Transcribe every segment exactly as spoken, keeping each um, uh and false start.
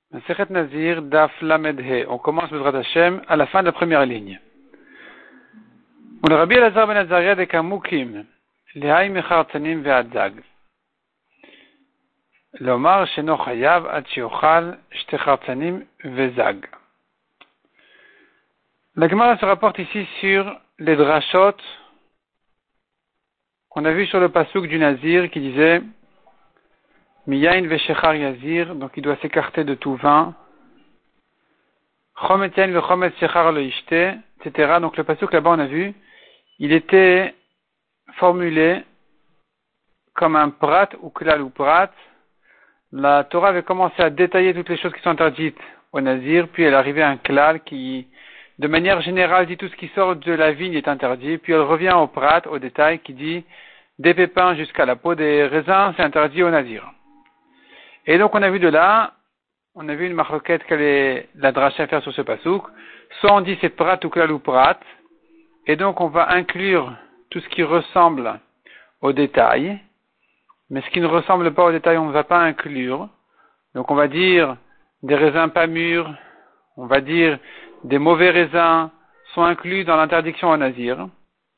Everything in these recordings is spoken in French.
Masechet Nazir, Daf Lamed He. On commence Bezrat Hashem à la fin de la première ligne. Le Rabbi Elazar ben Azaria de Kamukim, Lehai Mechartzanim ve'adzag. Lomar sheno chayav ad sheochal shte chartzanim ve'zag. La Gemara se rapporte ici sur les drachot qu'on a vu sur le pasuk du Nazir qui disait Miyain ve'shechar yazir, donc il doit s'écarter de tout vin. Chom etienne ve'chom et shechar lo ishte, et cetera. Donc le pasuk là-bas on a vu, il était formulé comme un prat ou klal ou prat. La Torah avait commencé à détailler toutes les choses qui sont interdites au Nazir, puis elle arrivait à un klal qui, de manière générale, dit tout ce qui sort de la vigne est interdit, puis elle revient au prat, au détail, qui dit des pépins jusqu'à la peau des raisins, c'est interdit au Nazir. Et donc on a vu de là, on a vu une marloquette qu'elle est la dracha à faire sur ce pasouk. Soit on dit c'est prat ou klal ou prat, et donc on va inclure tout ce qui ressemble au détail, mais ce qui ne ressemble pas au détail on ne va pas inclure. Donc on va dire des raisins pas mûrs, on va dire des mauvais raisins sont inclus dans l'interdiction au Nazir.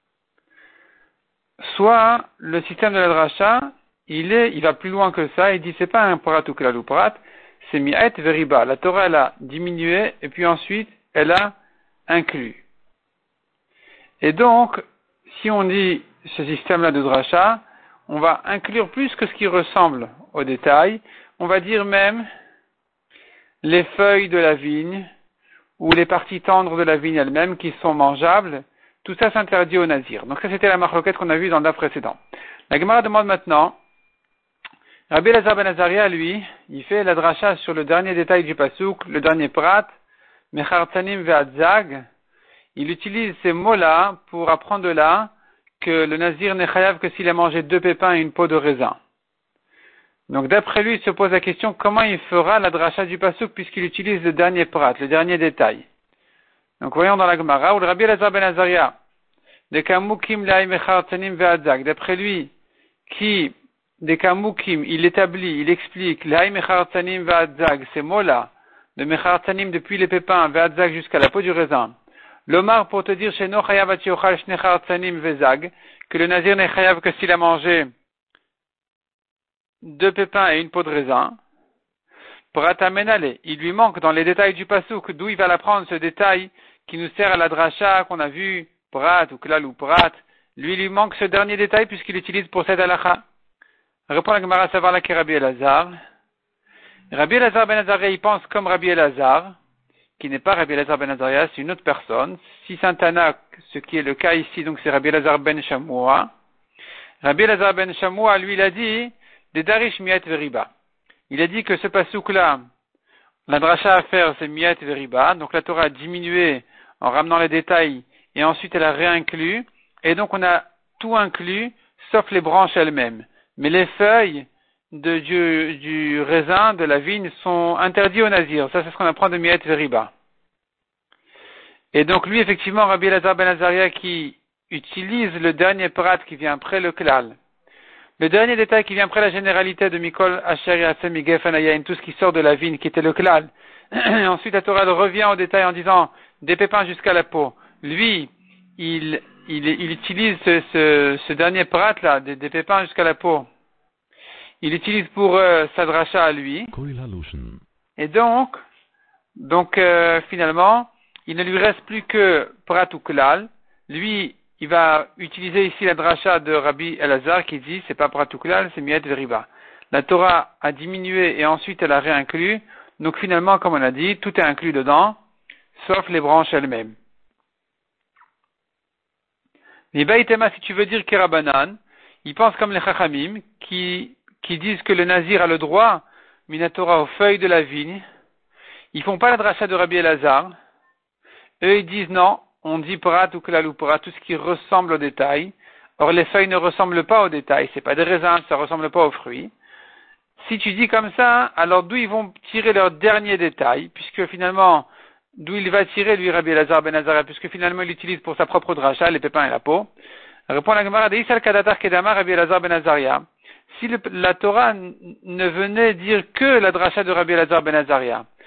Soit le système de la dracha, il est, il va plus loin que ça, il dit c'est pas un prat ou klal ou prat, c'est mi'et veriba. La Torah elle a diminué et puis ensuite elle a inclus. Et donc, si on dit ce système-là de dracha, on va inclure plus que ce qui ressemble au détail. On va dire même les feuilles de la vigne ou les parties tendres de la vigne elle-même qui sont mangeables. Tout ça s'interdit au Nazir. Donc ça c'était la marloquette qu'on a vue dans le daf précédent. La Gemara demande maintenant, Rabbi Elazar ben Azaria, lui, il fait la dracha sur le dernier détail du pasouk, le dernier prat, mechartzanim ve'adzag. Il utilise ces mots-là pour apprendre de là que le Nazir n'est chayav que s'il a mangé deux pépins et une peau de raisin. Donc d'après lui, il se pose la question comment il fera la dracha du pasouk puisqu'il utilise le dernier prat, le dernier détail. Donc voyons dans la Gemara où le Rabbi Elazar ben Azaria, de kamukim la'ay mechartzanim ve'adzag, d'après lui, qui des kamukim, il établit, il explique la'ay mechartzanim ve'adzag, ces mots-là, de mechartzanim depuis les pépins ve'adzag jusqu'à la peau du raisin. L'Omar pour te dire sheno chayav ad sheochal shne chartzanim ve'zag, que le Nazir n'est chayav que s'il a mangé deux pépins et une peau de raisin. Prat amenale, il lui manque dans les détails du pasouk, d'où il va l'apprendre ce détail qui nous sert à la dracha qu'on a vu, prat ou klal ou prat. Lui, il lui manque ce dernier détail puisqu'il utilise pour cette halakha. Répond la Gemara savoir là qui est Rabbi Elazar. Rabbi Elazar ben Azaria, il pense comme Rabbi Elazar, qui n'est pas Rabbi Elazar ben Azaria, c'est une autre personne. Si Saint-Anak, ce qui est le cas ici, donc c'est Rabbi Elazar ben Shamoua. Rabbi Elazar ben Shamoua, lui, il a dit, des darish miat veriba. Il a dit que ce pasouk-là, la dracha à faire, c'est miat veriba. Donc la Torah a diminué en ramenant les détails et ensuite elle a réinclus. Et donc on a tout inclus, sauf les branches elles-mêmes. Mais les feuilles de, du, du raisin, de la vigne, sont interdites au Nazir. Ça, c'est ce qu'on apprend de miat veriba. Et donc lui, effectivement, Rabbi Elazar ben Azaria qui utilise le dernier prat qui vient après le klal. Le dernier détail qui vient après la généralité de Mikol, Asher, Yassem, Igef, Anayain, tout ce qui sort de la vigne, qui était le klal. Ensuite, la Torah revient au détail en disant des pépins jusqu'à la peau. Lui, il, il, il utilise ce, ce, ce dernier prat là, des, des pépins jusqu'à la peau. Il utilise pour euh, sa dracha à lui. Et donc, donc euh, finalement, il ne lui reste plus que prat ou klal. Lui, il va utiliser ici la dracha de Rabbi Elazar qui dit c'est pas prat ou klal, c'est miat veriba. La Torah a diminué et ensuite elle a réinclus. Donc finalement, comme on a dit, tout est inclus dedans, sauf les branches elles-mêmes. Mais Baïtema, si tu veux dire Kirabanan, il pense comme les Chachamim qui, qui disent que le Nazir a le droit, Minatora, aux feuilles de la vigne. Ils font pas la dracha de Rabbi Elazar. Eux, ils disent non, on dit prat ou klal ou prat, tout ce qui ressemble au détail. Or, les feuilles ne ressemblent pas au détail. C'est pas des raisins, ça ressemble pas aux fruits. Si tu dis comme ça, alors d'où ils vont tirer leur dernier détail, puisque finalement, d'où il va tirer, lui, Rabbi Elazar ben Azaria, puisque finalement il utilise pour sa propre dracha, les pépins et la peau. Répond la Gemara, Deisal Kadatar Kedama, Rabbi Elazar ben Azaria. Si le, la Torah n- ne venait dire que la dracha de Rabbi Elazar ben Azaria,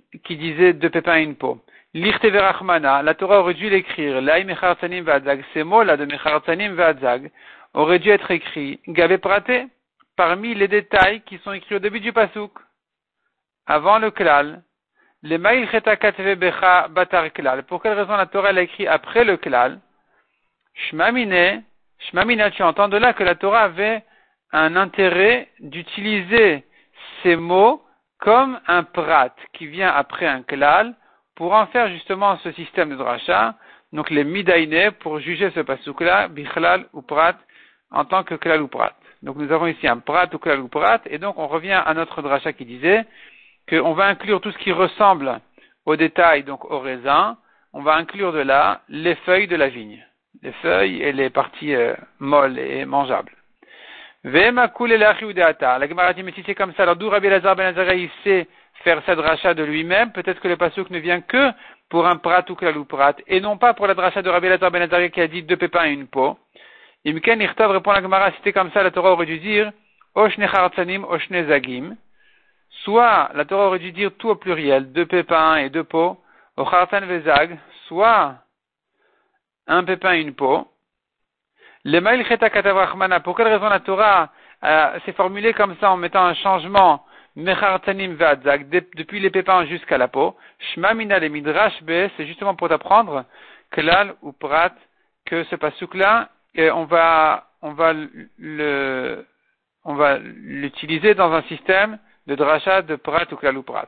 qui disait deux pépins et une peau. L'irte verachmana, la Torah aurait dû l'écrire, l'aï mechartzanim v'adzag, ces mots-là de mechartzanim v'adzag auraient dû être écrits, gavé praté, parmi les détails qui sont écrits au début du pasuk, avant le klal. Les maïl cheta katve becha batar klal. Pour quelle raison la Torah l'a écrit après le klal? Shmamine, shmamina, tu entends de là que la Torah avait un intérêt d'utiliser ces mots comme un prat qui vient après un klal pour en faire justement ce système de dracha, donc les midaïne pour juger ce pasuk-là, bichlal ou prat, en tant que klal ou prat. Donc nous avons ici un prat ou klal ou prat, et donc on revient à notre dracha qui disait qu'on va inclure tout ce qui ressemble au détail, donc au raisin, on va inclure de là les feuilles de la vigne, les feuilles et les parties euh, molles et mangeables. Vema kul elachi udeata. La Gemara dit, mais si c'est comme ça, alors d'où Rabbi Elazar ben Azariah il sait faire cette dracha de lui-même, peut-être que le pasuk ne vient que pour un prat ou klal ou prat, et non pas pour la dracha de Rabbi Elazar ben Azariah qui a dit deux pépins et une peau. Imken Irtov répond la Gemara, si c'était comme ça, la Torah aurait dû dire, oshne chartzanim, oshne zagim. Soit, la Torah aurait dû dire tout au pluriel, deux pépins et deux peaux, o chartan vezag, soit un pépin et une peau. Les maïl cheta katavrachmana, pour quelle raison la Torah euh, s'est formulée comme ça en mettant un changement mechartanim ve'adzag, depuis les pépins jusqu'à la peau. Shma mina le midrash be, c'est justement pour t'apprendre klal ou prat, que ce pasuk-là, on va, on va le, on va l'utiliser dans un système de dracha de prat ou klal ou prat.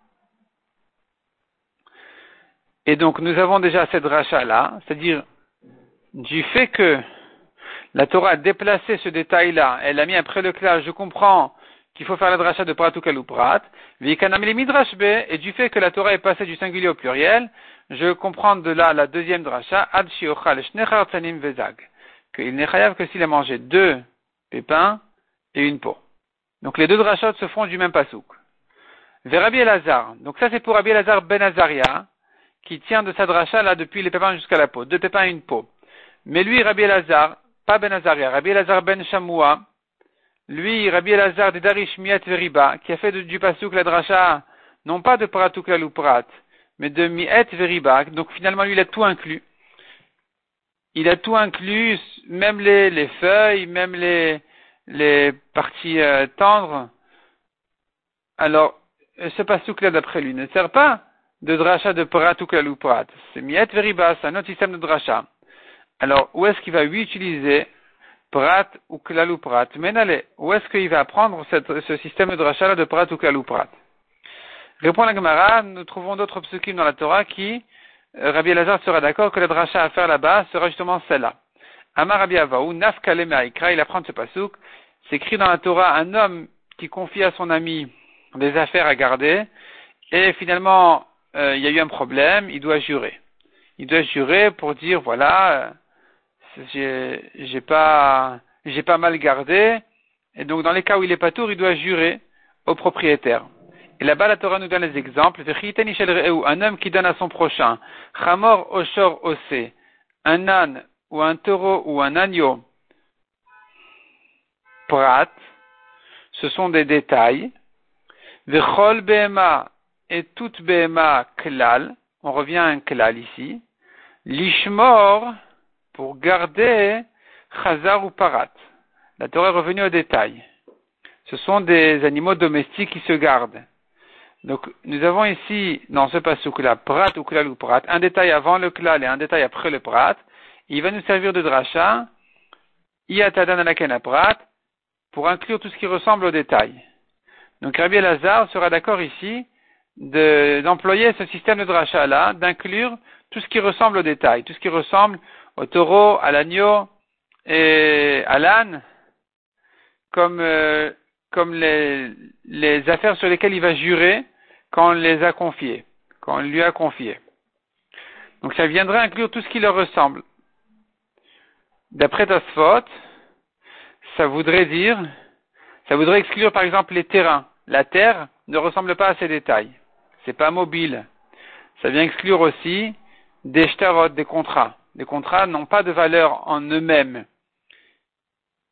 Et donc nous avons déjà cette dracha-là, c'est-à-dire du fait que la Torah a déplacé ce détail-là, elle l'a mis après le klal, je comprends qu'il faut faire la dracha de prat ou klal ou prat, et du fait que la Torah est passée du singulier au pluriel, je comprends de là la deuxième dracha, ad shiochal shnechar tzanim vezag, qu'il n'est chayav que s'il a mangé deux pépins et une peau. Donc les deux drachot se font du même pasouk. Vers Rabbi Elazar, donc ça c'est pour Rabbi Elazar ben Azaria, qui tient de sa dracha là depuis les pépins jusqu'à la peau, deux pépins et une peau. Mais lui, Rabbi Elazar, pas ben Azaria, Rabbi Elazar ben Shamoua, lui, Rabbi Elazar de Darish Miat Veriba, qui a fait de, du pasouk la dracha, non pas de prat ou klal ou prat, mais de Miat Veriba, donc finalement lui il a tout inclus. Il a tout inclus, même les, les feuilles, même les, les parties euh, tendres. Alors, ce pasouk-là d'après lui ne sert pas de dracha de prat ou klal ou prat. C'est Miat Veriba, c'est un autre système de dracha. Alors, où est-ce qu'il va lui utiliser prat ou klal ou prat? Mais allez, où est-ce qu'il va apprendre cette, ce système de dracha de prat ou klal ou prat? Répond la Gemara, nous trouvons d'autres psukim dans la Torah qui, euh, Rabbi Elazar sera d'accord que la dracha à faire là-bas sera justement celle-là. Amar Rabbi Avaou, naf kalem ha'ikra, il apprend ce pasuk, c'est écrit dans la Torah, un homme qui confie à son ami des affaires à garder, et finalement, euh, il y a eu un problème, il doit jurer. Il doit jurer pour dire, voilà, j'ai, j'ai pas, j'ai pas mal gardé, et donc dans les cas où il est pas tour, il doit jurer au propriétaire. Et là-bas, la Torah nous donne les exemples. Un homme qui donne à son prochain, chamor oshor osé, un âne ou un taureau ou un agneau, prat, ce sont des détails. Vechol behema et toute behema klal, on revient à un klal ici. Lishmor, pour garder chazar ou parat. La Torah est revenue au détail. Ce sont des animaux domestiques qui se gardent. Donc, nous avons ici, dans ce pasuk-là, prat ou klal ou prat, un détail avant le klal et un détail après le prat. Il va nous servir de dracha, iatadan alakena prat, pour inclure tout ce qui ressemble au détail. Donc, Rabbi Elazar sera d'accord ici de, d'employer ce système de dracha-là, d'inclure tout ce qui ressemble au détail, tout ce qui ressemble au taureau, à l'agneau et à l'âne, comme, euh, comme les, les affaires sur lesquelles il va jurer quand on les a confiées, quand on lui a confié. Donc ça viendrait inclure tout ce qui leur ressemble. D'après Tosfot, ça voudrait dire, ça voudrait exclure par exemple les terrains. La terre ne ressemble pas à ces détails. C'est pas mobile. Ça vient exclure aussi des shtarot, des contrats. Les contrats n'ont pas de valeur en eux-mêmes.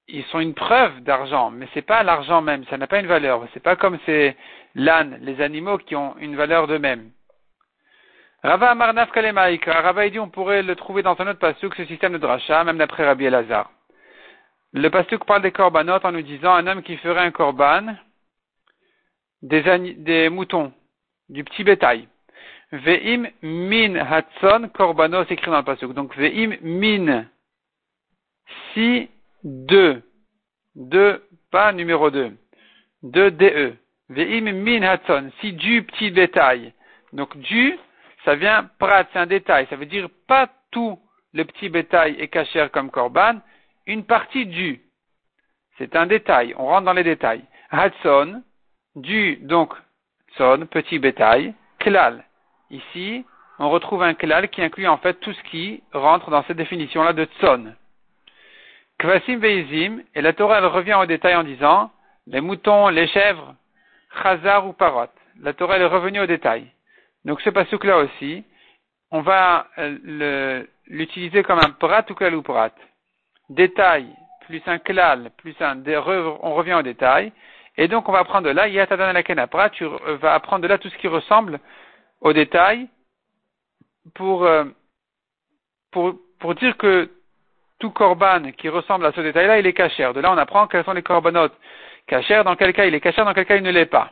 ils sont une preuve d'argent, mais c'est pas l'argent même, ça n'a pas une valeur. C'est pas comme ces l'âne, les animaux qui ont une valeur d'eux-mêmes. Rava Amar Nafka Lemaïka. Rava dit on pourrait le trouver dans un autre pasuk, ce système de dracha, même d'après Rabbi Elazar. Le pasuk parle des korbanot en nous disant un homme qui ferait un korban des, ani- des moutons, du petit bétail. Ve'im min hatson korbano, c'est écrit dans le pasuk. Donc ve'im min, si deux, deux, pas numéro deux, deux D E. Ve'im min hatson, si du petit bétail. Donc du, ça vient prat, c'est un détail. Ça veut dire pas tout le petit bétail est cachère comme korban, une partie du. C'est un détail. On rentre dans les détails. Hatson, du, donc, son, petit bétail, klal. Ici, on retrouve un klal qui inclut en fait tout ce qui rentre dans cette définition-là de tson. Kvasim veizim, et la Torah elle revient au détail en disant, les moutons, les chèvres, chazar ou parot. La Torah elle est revenue au détail. Donc ce pasuk-là aussi, on va euh, le, l'utiliser comme un prat ou klal ou prat. Détail, plus un klal, plus un dé, on revient au détail. Et donc on va apprendre de là, yatadan la kenapra, tu vas apprendre de là tout ce qui ressemble au détail pour, euh, pour, pour dire que tout korban qui ressemble à ce détail-là, il est cachère. De là on apprend quels sont les korbanotes cachères, dans quel cas il est cachère, dans quel cas il ne l'est pas.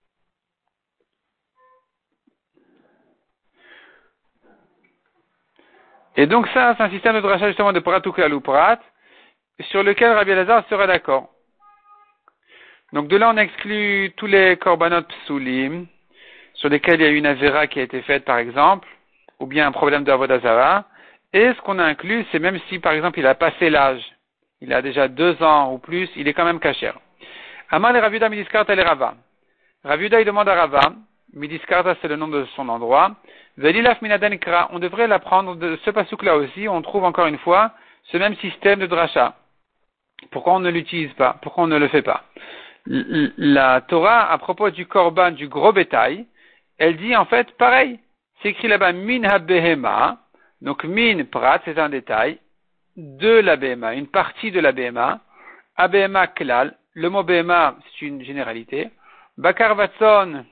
Et donc ça, c'est un système de dracha justement de prat ou klal ou prat, sur lequel Rabbi Elazar sera d'accord. Donc de là, on exclut tous les korbanot psulim, sur lesquels il y a eu une avéra qui a été faite par exemple, ou bien un problème de avodah zara. Et ce qu'on a inclus, c'est même si par exemple il a passé l'âge, il a déjà deux ans ou plus, il est quand même cachère. Amar le Rav Yuda midiskarta le Rava. Rav Yuda il demande à Rava, midiskarta c'est le nom de son endroit, velilaf minadan kra, on devrait l'apprendre de ce pasuk là aussi, on trouve encore une fois ce même système de dracha. Pourquoi on ne l'utilise pas? Pourquoi on ne le fait pas? La Torah, à propos du korban, du gros bétail, elle dit en fait pareil. C'est écrit là-bas min ha-behema. Donc min prat, c'est un détail de la behema, une partie de la behema. Ha-behema klal. Le mot behema, c'est une généralité. Bakar vatson.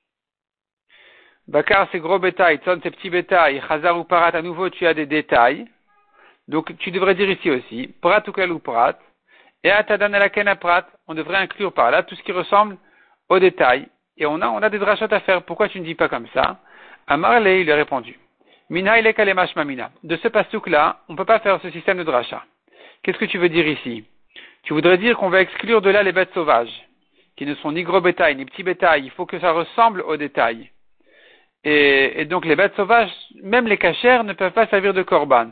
Bakar, c'est gros bétail. Tson, c'est petit bétail. Chazar ou parat, à nouveau, tu as des détails. Donc tu devrais dire ici aussi prat ou klal ou prat. Et atadan la kenaprat, on devrait inclure par là tout ce qui ressemble au détail. Et on a, on a des drachot à faire. Pourquoi tu ne dis pas comme ça? Amar le, il a répondu. Minha ile kalemash mamina. De ce pasuk-là, on ne peut pas faire ce système de dracha. Qu'est-ce que tu veux dire ici? Tu voudrais dire qu'on va exclure de là les bêtes sauvages, qui ne sont ni gros bétail, ni petits bétail. Il faut que ça ressemble au détail. Et, et donc les bêtes sauvages, même les cachères, ne peuvent pas servir de korban.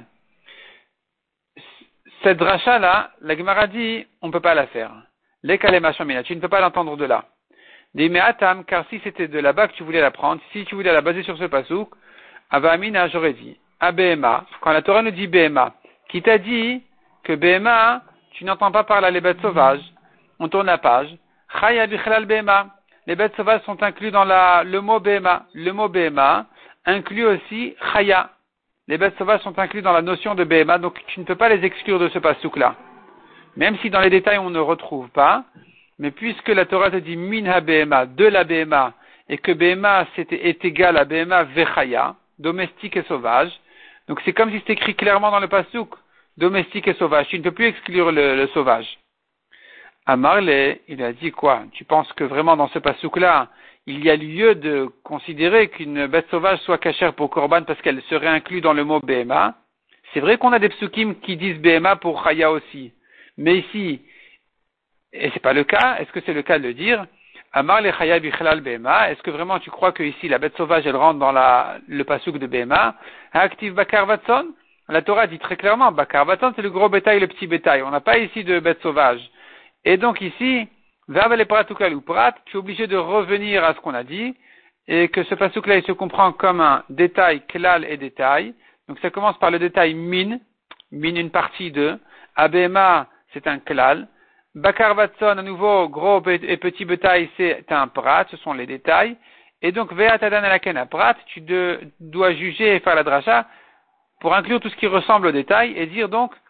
Cette dracha-là, la Gemara dit, on ne peut pas la faire. Les kalemash mamina, tu ne peux pas l'entendre de là. Des me'atam, car si c'était de là-bas que tu voulais la prendre, si tu voulais la baser sur ce pasouk, ava amina, j'aurais dit, à Behema, quand la Torah nous dit Behema, qui t'a dit que Behema, tu n'entends pas par là les bêtes sauvages, on tourne la page, chaya bichlal Behema, les bêtes sauvages sont inclus dans la, le mot Behema, le mot Behema inclut aussi chaya, les bêtes sauvages sont inclus dans la notion de Behema, donc tu ne peux pas les exclure de ce pasouk-là. Même si dans les détails on ne retrouve pas, mais puisque la Torah te dit min ha-behema, de la behema, et que behema c'était, est égal à behema vechaya, domestique et sauvage, donc c'est comme si c'était écrit clairement dans le pasuk, domestique et sauvage, tu ne peux plus exclure le, le sauvage. Amarle, il a dit quoi? Tu penses que vraiment dans ce pasuk-là, il y a lieu de considérer qu'une bête sauvage soit cachère pour korban parce qu'elle serait inclue dans le mot behema? C'est vrai qu'on a des psukim qui disent behema pour chaya aussi, mais ici, et c'est pas le cas, est-ce que c'est le cas de le dire? Amar le chaya bichlal behema, est-ce que vraiment tu crois que ici la bête sauvage elle rentre dans la, le pasuk de behema? Active bakar vatson, la Torah dit très clairement, bakar vatson c'est le gros bétail, le petit bétail, on n'a pas ici de bête sauvage. Et donc ici, vav le prat ou klal ou prat, tu es obligé de revenir à ce qu'on a dit, et que ce pasuk là il se comprend comme un détail, klal et détail. Donc ça commence par le détail min, min une partie de, abema c'est un klal, bakar vatson, à nouveau, gros et petit bétail, c'est un prat, ce sont les détails. Et donc, ve'atadan alaken prat, tu de, dois juger et faire la dracha pour inclure tout ce qui ressemble au détail et dire donc,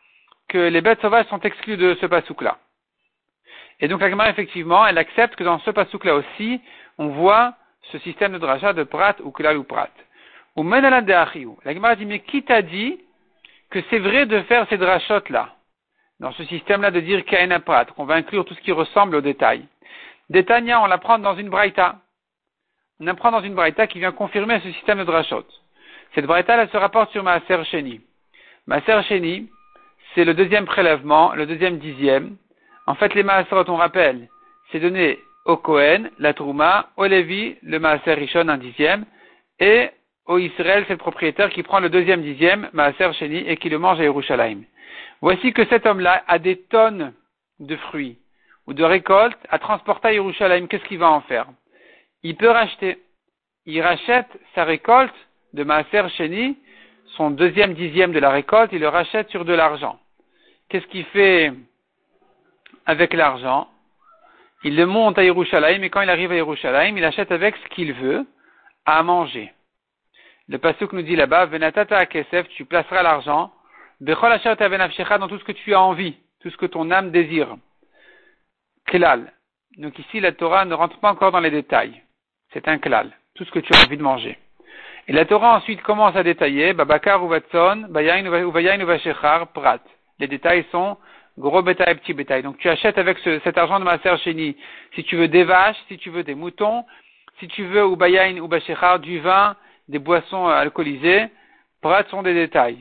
que les bêtes sauvages sont exclues de ce pasouk-là. Et donc la Gemara, effectivement, elle accepte que dans ce pasouk-là aussi, on voit ce système de dracha de prat ou klal ou prat. Ou menala de achiou. La Gemara dit, mais qui t'a dit que c'est vrai de faire ces drachot-là? Dans ce système-là de dire kaena prat, qu'on va inclure tout ce qui ressemble au détail. Détania, on l'apprend dans une braïta. On apprend dans une braïta qui vient confirmer ce système de drachot. Cette braïta, elle se rapporte sur Maaser Sheni. Maaser Sheni, c'est le deuxième prélèvement, le deuxième dixième. En fait, les Maaserot, on rappelle, c'est donné au Kohen, la Trouma, au Lévi, le Maaser Rishon, un dixième, et au Israël, c'est le propriétaire qui prend le deuxième dixième, Maaser Sheni, et qui le mange à Yerushalayim. Voici que cet homme-là a des tonnes de fruits ou de récoltes à transporter à Yerushalayim. Qu'est-ce qu'il va en faire? Il peut racheter. Il rachète sa récolte de Maaser Sheni, son deuxième dixième de la récolte, il le rachète sur de l'argent. Qu'est-ce qu'il fait avec l'argent? Il le monte à Yerushalayim, et quand il arrive à Yerushalayim, il achète avec ce qu'il veut à manger. Le pasuk nous dit là-bas, Venatata kesef, tu placeras l'argent, Bechol asher tavenafshecha, dans tout ce que tu as envie, tout ce que ton âme désire. Klal. Donc ici, la Torah ne rentre pas encore dans les détails. C'est un klal, tout ce que tu as envie de manger. Et la Torah ensuite commence à détailler, Babakar ou Vatson, Bayain ou Vayain ou Vashechar, Prat. Les détails sont gros bétail et petit bétail. Donc tu achètes avec ce, cet argent de Maaser Sheni, si tu veux des vaches, si tu veux des moutons, si tu veux ou Bayain ou Vashechar, du vin, des boissons alcoolisées, Prat sont des détails.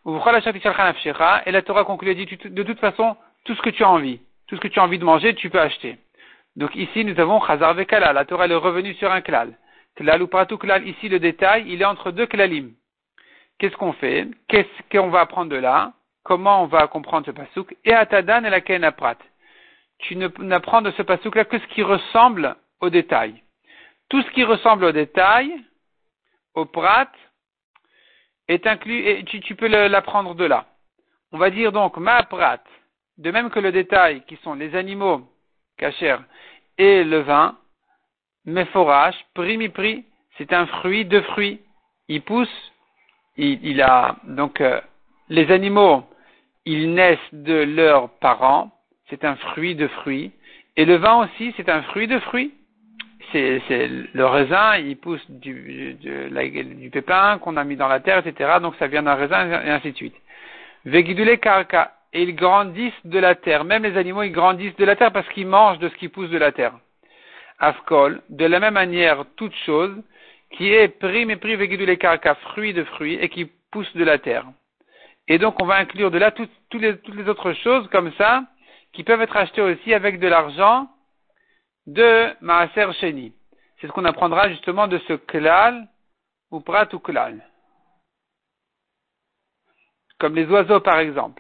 Et la Torah conclut, dit, de toute façon, tout ce que tu as envie, tout ce que tu as envie de manger, tu peux acheter. Donc ici, nous avons Chazar Vekala. La Torah est revenue sur un klal. Klal ou pratou klal, ici le détail, il est entre deux klalim. Qu'est-ce qu'on fait? Qu'est-ce qu'on va apprendre de là? Comment on va comprendre ce pasouk? Et Atadan et la Kena Prat. Tu n'apprends de ce pasouk-là que ce qui ressemble au détail. Tout ce qui ressemble au détail, au prat, est inclus, et tu, tu peux l'apprendre de là. On va dire donc ma prat, de même que le détail, qui sont les animaux kasher et le vin, meforach, primi-pri, c'est un fruit de fruits. Il pousse, il, il a, donc, euh, les animaux, ils naissent de leurs parents, c'est un fruit de fruits. Et le vin aussi, c'est un fruit de fruits. C'est, c'est le raisin, il pousse du, du, la, du pépin qu'on a mis dans la terre, et cetera. Donc ça vient d'un raisin, et ainsi de suite. Vegidule karka, et ils grandissent de la terre. Même les animaux, ils grandissent de la terre parce qu'ils mangent de ce qui pousse de la terre. Afkol, de la même manière, toute chose qui est prim et pris vegidule karka, fruit de fruits, et qui pousse de la terre. Et donc on va inclure de là tout, tout les, toutes les autres choses comme ça, qui peuvent être achetées aussi avec de l'argent de Maaser Sheni. C'est ce qu'on apprendra justement de ce klal ou prat ou klal. Comme les oiseaux par exemple.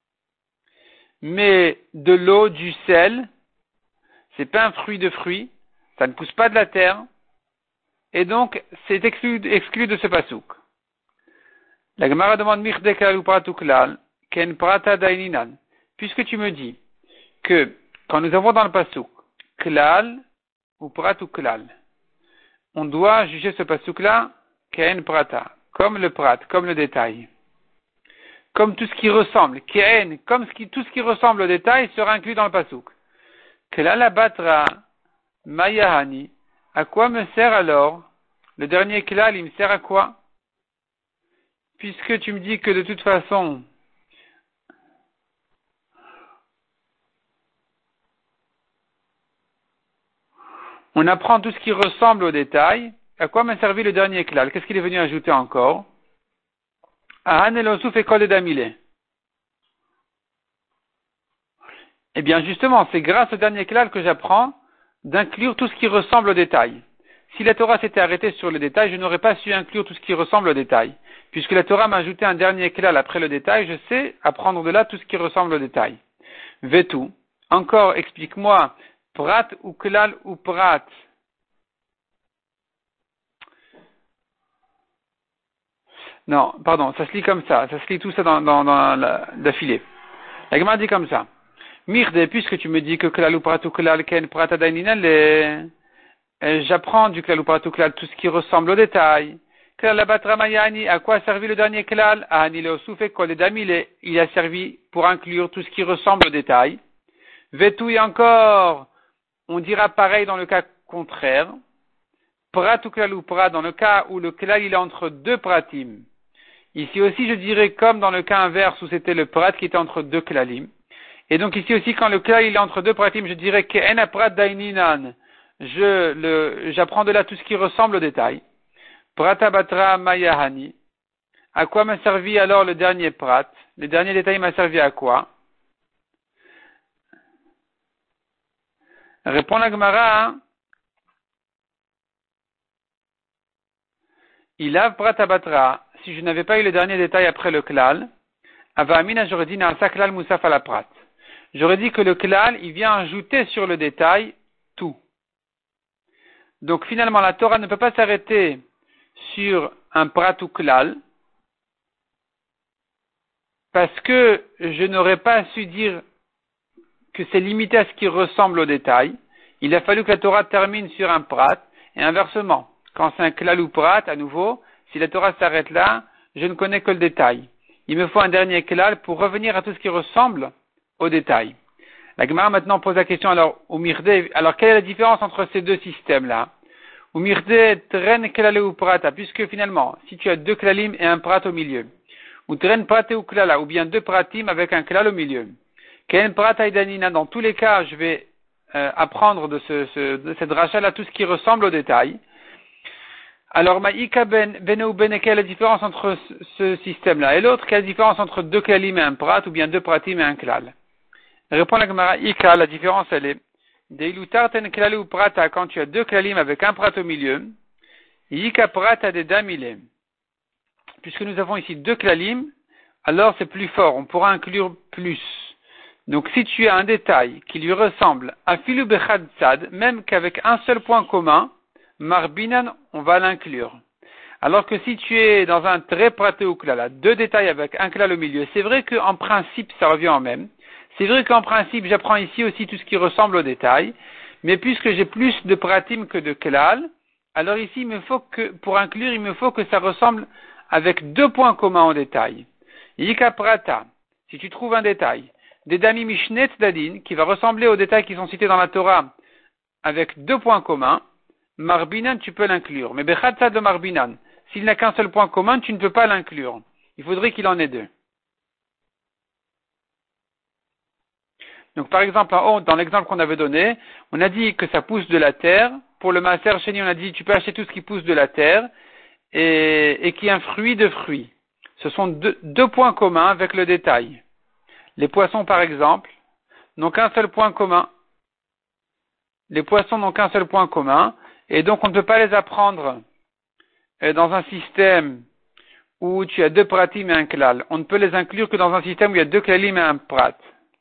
Mais de l'eau, du sel, c'est pas un fruit de fruit, ça ne pousse pas de la terre, et donc c'est exclu, exclu de ce pasouk. La Gemara demande Mirde klal ou prat ou klal, ken prata daininan. Puisque tu me dis que quand nous avons dans le pasouk klal ou prat ou klal, on doit juger ce pasouk-là ken prata, comme le prat, comme le détail. Comme tout ce qui ressemble, ken, comme ce qui, tout ce qui ressemble au détail sera inclus dans le pasouk. Klal abatra mayahani, à quoi me sert alors le dernier klal, il me sert à quoi? Puisque tu me dis que de toute façon, on apprend tout ce qui ressemble au détail, à quoi m'a servi le dernier klal? Qu'est-ce qu'il est venu ajouter encore? Ahan elosuf ekol edamile. Eh bien justement, c'est grâce au dernier klal que j'apprends d'inclure tout ce qui ressemble au détail. Si la Torah s'était arrêtée sur le détail, je n'aurais pas su inclure tout ce qui ressemble au détail. Puisque la Torah m'a ajouté un dernier klal après le détail, je sais apprendre de là tout ce qui ressemble au détail. Vetu. Encore, explique-moi, prat ou klal ou prat. Non, pardon, ça se lit comme ça, ça se lit tout ça dans, dans, dans la, d'affilée. La Gemara dit comme ça. Mirde, puisque tu me dis que klal ou prat ou klal ken prat adainina, les... j'apprends du klal ou prat ou klal tout ce qui ressemble au détail. À quoi a servi le dernier klal? Il a servi pour inclure tout ce qui ressemble au détail. Vetou et encore, on dira pareil dans le cas contraire. Prat ou klal ou prat, dans le cas où le klal il est entre deux pratim. Ici aussi, je dirais comme dans le cas inverse où c'était le prat qui était entre deux klalim. Et donc ici aussi, quand le klal il est entre deux pratim, je dirais que en prat daininan. Je le, j'apprends de là tout ce qui ressemble au détail. Prata batra mayahani. À quoi m'a servi alors le dernier prat? Le dernier détail m'a servi à quoi? Répond la Gemara. Hein? Il a prata batra. Si je n'avais pas eu le dernier détail après le klal, avamina j'aurais dit na'asa klal musaf ala prat. J'aurais dit que le klal, il vient ajouter sur le détail tout. Donc finalement, la Torah ne peut pas s'arrêter sur un prat ou klal, parce que je n'aurais pas su dire que c'est limité à ce qui ressemble au détail. Il a fallu que la Torah termine sur un prat, et inversement, quand c'est un klal ou prat, à nouveau, si la Torah s'arrête là, je ne connais que le détail. Il me faut un dernier klal pour revenir à tout ce qui ressemble au détail. La Gemara maintenant pose la question, alors, au Mirde, alors quelle est la différence entre ces deux systèmes-là? Ou Mirde, tren klale ou prata, puisque finalement, si tu as deux klalim et un prat au milieu, ou tren prate ou klala, ou bien deux pratim avec un klal au milieu, ken prata idanina, dans tous les cas, je vais euh, apprendre de, ce, ce, de cette rachat-là tout ce qui ressemble au détail. Alors, ma'ika ben, ben ou ben, quelle est la différence entre ce, ce système-là et l'autre? Quelle est la différence entre deux klalim et un prat, ou bien deux pratim et un klal? Répond la Gemara, ika, la différence elle est, deilutarten klali ou prata, quand tu as deux klalim avec un prat au milieu, ika prata de damile. Puisque nous avons ici deux klalim, alors c'est plus fort, on pourra inclure plus. Donc si tu as un détail qui lui ressemble à filu bechad tzad, même qu'avec un seul point commun, marbinan, on va l'inclure. Alors que si tu es dans un très praté ou klala, deux détails avec un klal au milieu, c'est vrai qu'en principe ça revient en même. C'est vrai qu'en principe, j'apprends ici aussi tout ce qui ressemble au détail, mais puisque j'ai plus de pratim que de klal, alors ici, il me faut que, pour inclure, il me faut que ça ressemble avec deux points communs au détail. Yika prata, si tu trouves un détail, des dami mishnet dadin, qui va ressembler aux détails qui sont cités dans la Torah, avec deux points communs, marbinan, tu peux l'inclure. Mais bechatzad de marbinan, s'il n'a qu'un seul point commun, tu ne peux pas l'inclure. Il faudrait qu'il en ait deux. Donc, par exemple, en haut, dans l'exemple qu'on avait donné, on a dit que ça pousse de la terre. Pour le maaser chéni, on a dit, tu peux acheter tout ce qui pousse de la terre et, et qui est un fruit de fruits. Ce sont deux, deux points communs avec le détail. Les poissons, par exemple, n'ont qu'un seul point commun. Les poissons n'ont qu'un seul point commun, et donc on ne peut pas les apprendre dans un système où tu as deux pratim et un klal. On ne peut les inclure que dans un système où il y a deux klalim et un prat.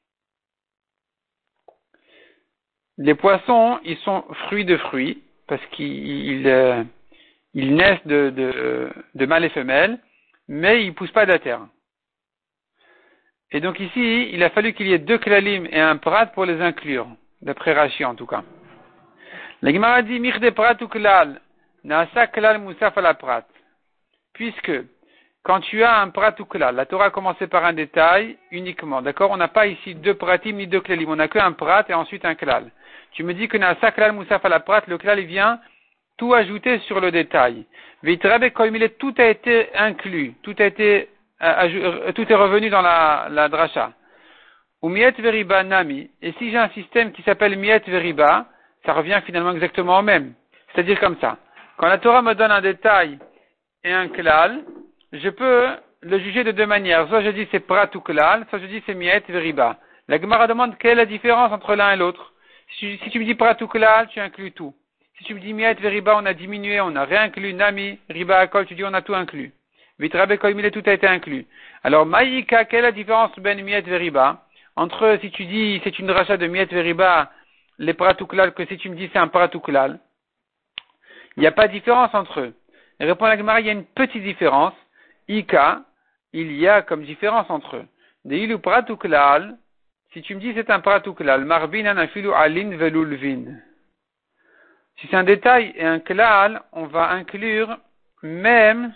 Les poissons, ils sont fruits de fruits, parce qu'ils euh, ils naissent de, de, de mâles et femelles, mais ils ne poussent pas de la terre. Et donc ici, il a fallu qu'il y ait deux klalim et un prat pour les inclure, d'après Rashi en tout cas. La Gemara dit, mirde prat ou klal, naasa klal musaf ala prat. Puisque, quand tu as un prat ou klal, la Torah a commencé par un détail uniquement, d'accord? On n'a pas ici deux pratim ni deux klalim, on n'a qu'un prat et ensuite un klal. Tu me dis que naasa klal musaf ala prat, le klal il vient tout ajouter sur le détail. Vitrabe koimile, tout a été inclus, tout a été euh, tout est revenu dans la, la dracha. Ou miet veriba nami, et si j'ai un système qui s'appelle miet veriba, ça revient finalement exactement au même. C'est-à-dire comme ça. Quand la Torah me donne un détail et un klal, je peux le juger de deux manières. Soit je dis c'est prat ou klal, soit je dis c'est miet veriba. La Gemara demande quelle est la différence entre l'un et l'autre. Si, si tu me dis prat ou klal, tu inclus tout. Si tu me dis miet veriba, on a diminué, on a réinclus nami, riba akol, tu dis on a tout inclus. Vitrabe koimile, tout a été inclus. Alors maïka, quelle est la différence ben miet veriba entre si tu dis c'est une rachat de miet veriba, les prat ou klal, que si tu me dis c'est un prat ou klal. Il n'y a pas de différence entre eux. Et répond la Gemara, il y a une petite différence. Ika, il y a comme différence entre eux. De ilu prat ou klal, si tu me dis c'est un prat ou klal, marbin anafilu alin velulvin. Si c'est un détail et un klal, on va inclure même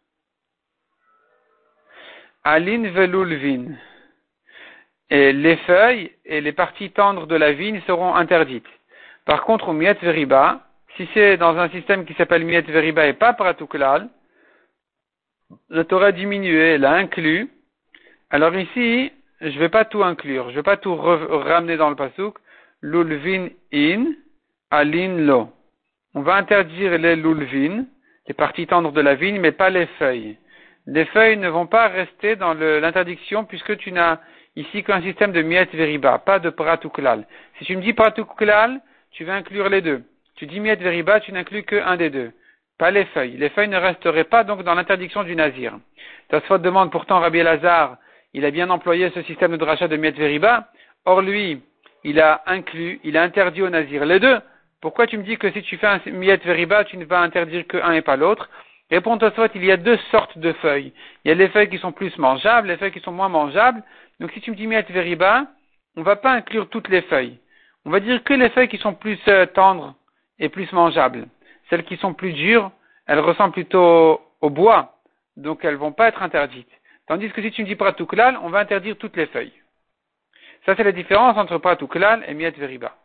alin velulvin. Et les feuilles et les parties tendres de la vigne seront interdites. Par contre, au miet veriba, si c'est dans un système qui s'appelle miet veriba et pas pratuklal, la Torah a diminué, l'a inclus. Alors ici, je ne vais pas tout inclure, je ne vais pas tout ramener dans le pasuk. Lulvin in, alin lo. On va interdire les lulvin, les parties tendres de la vigne, mais pas les feuilles. Les feuilles ne vont pas rester dans le, l'interdiction puisque tu n'as ici qu'un système de miet veriba, pas de pratuklal. Si tu me dis pratuklal, tu vas inclure les deux. Tu dis miet veriba, tu n'inclus qu'un des deux. Pas les feuilles. Les feuilles ne resteraient pas donc dans l'interdiction du nazir. Tosfot demande pourtant Rabbi Elazar, il a bien employé ce système de drachat de miet veriba. Or lui, il a inclus, il a interdit au nazir les deux. Pourquoi tu me dis que si tu fais un miet veriba, tu ne vas interdire qu'un et pas l'autre? Répond Tosfot, il y a deux sortes de feuilles. Il y a les feuilles qui sont plus mangeables, les feuilles qui sont moins mangeables. Donc si tu me dis miet veriba, on ne va pas inclure toutes les feuilles. On va dire que les feuilles qui sont plus euh, tendres et plus mangeables. Celles qui sont plus dures, elles ressemblent plutôt au bois, donc elles ne vont pas être interdites. Tandis que si tu me dis pratuklal, on va interdire toutes les feuilles. Ça c'est la différence entre pratuklal et miet veriba.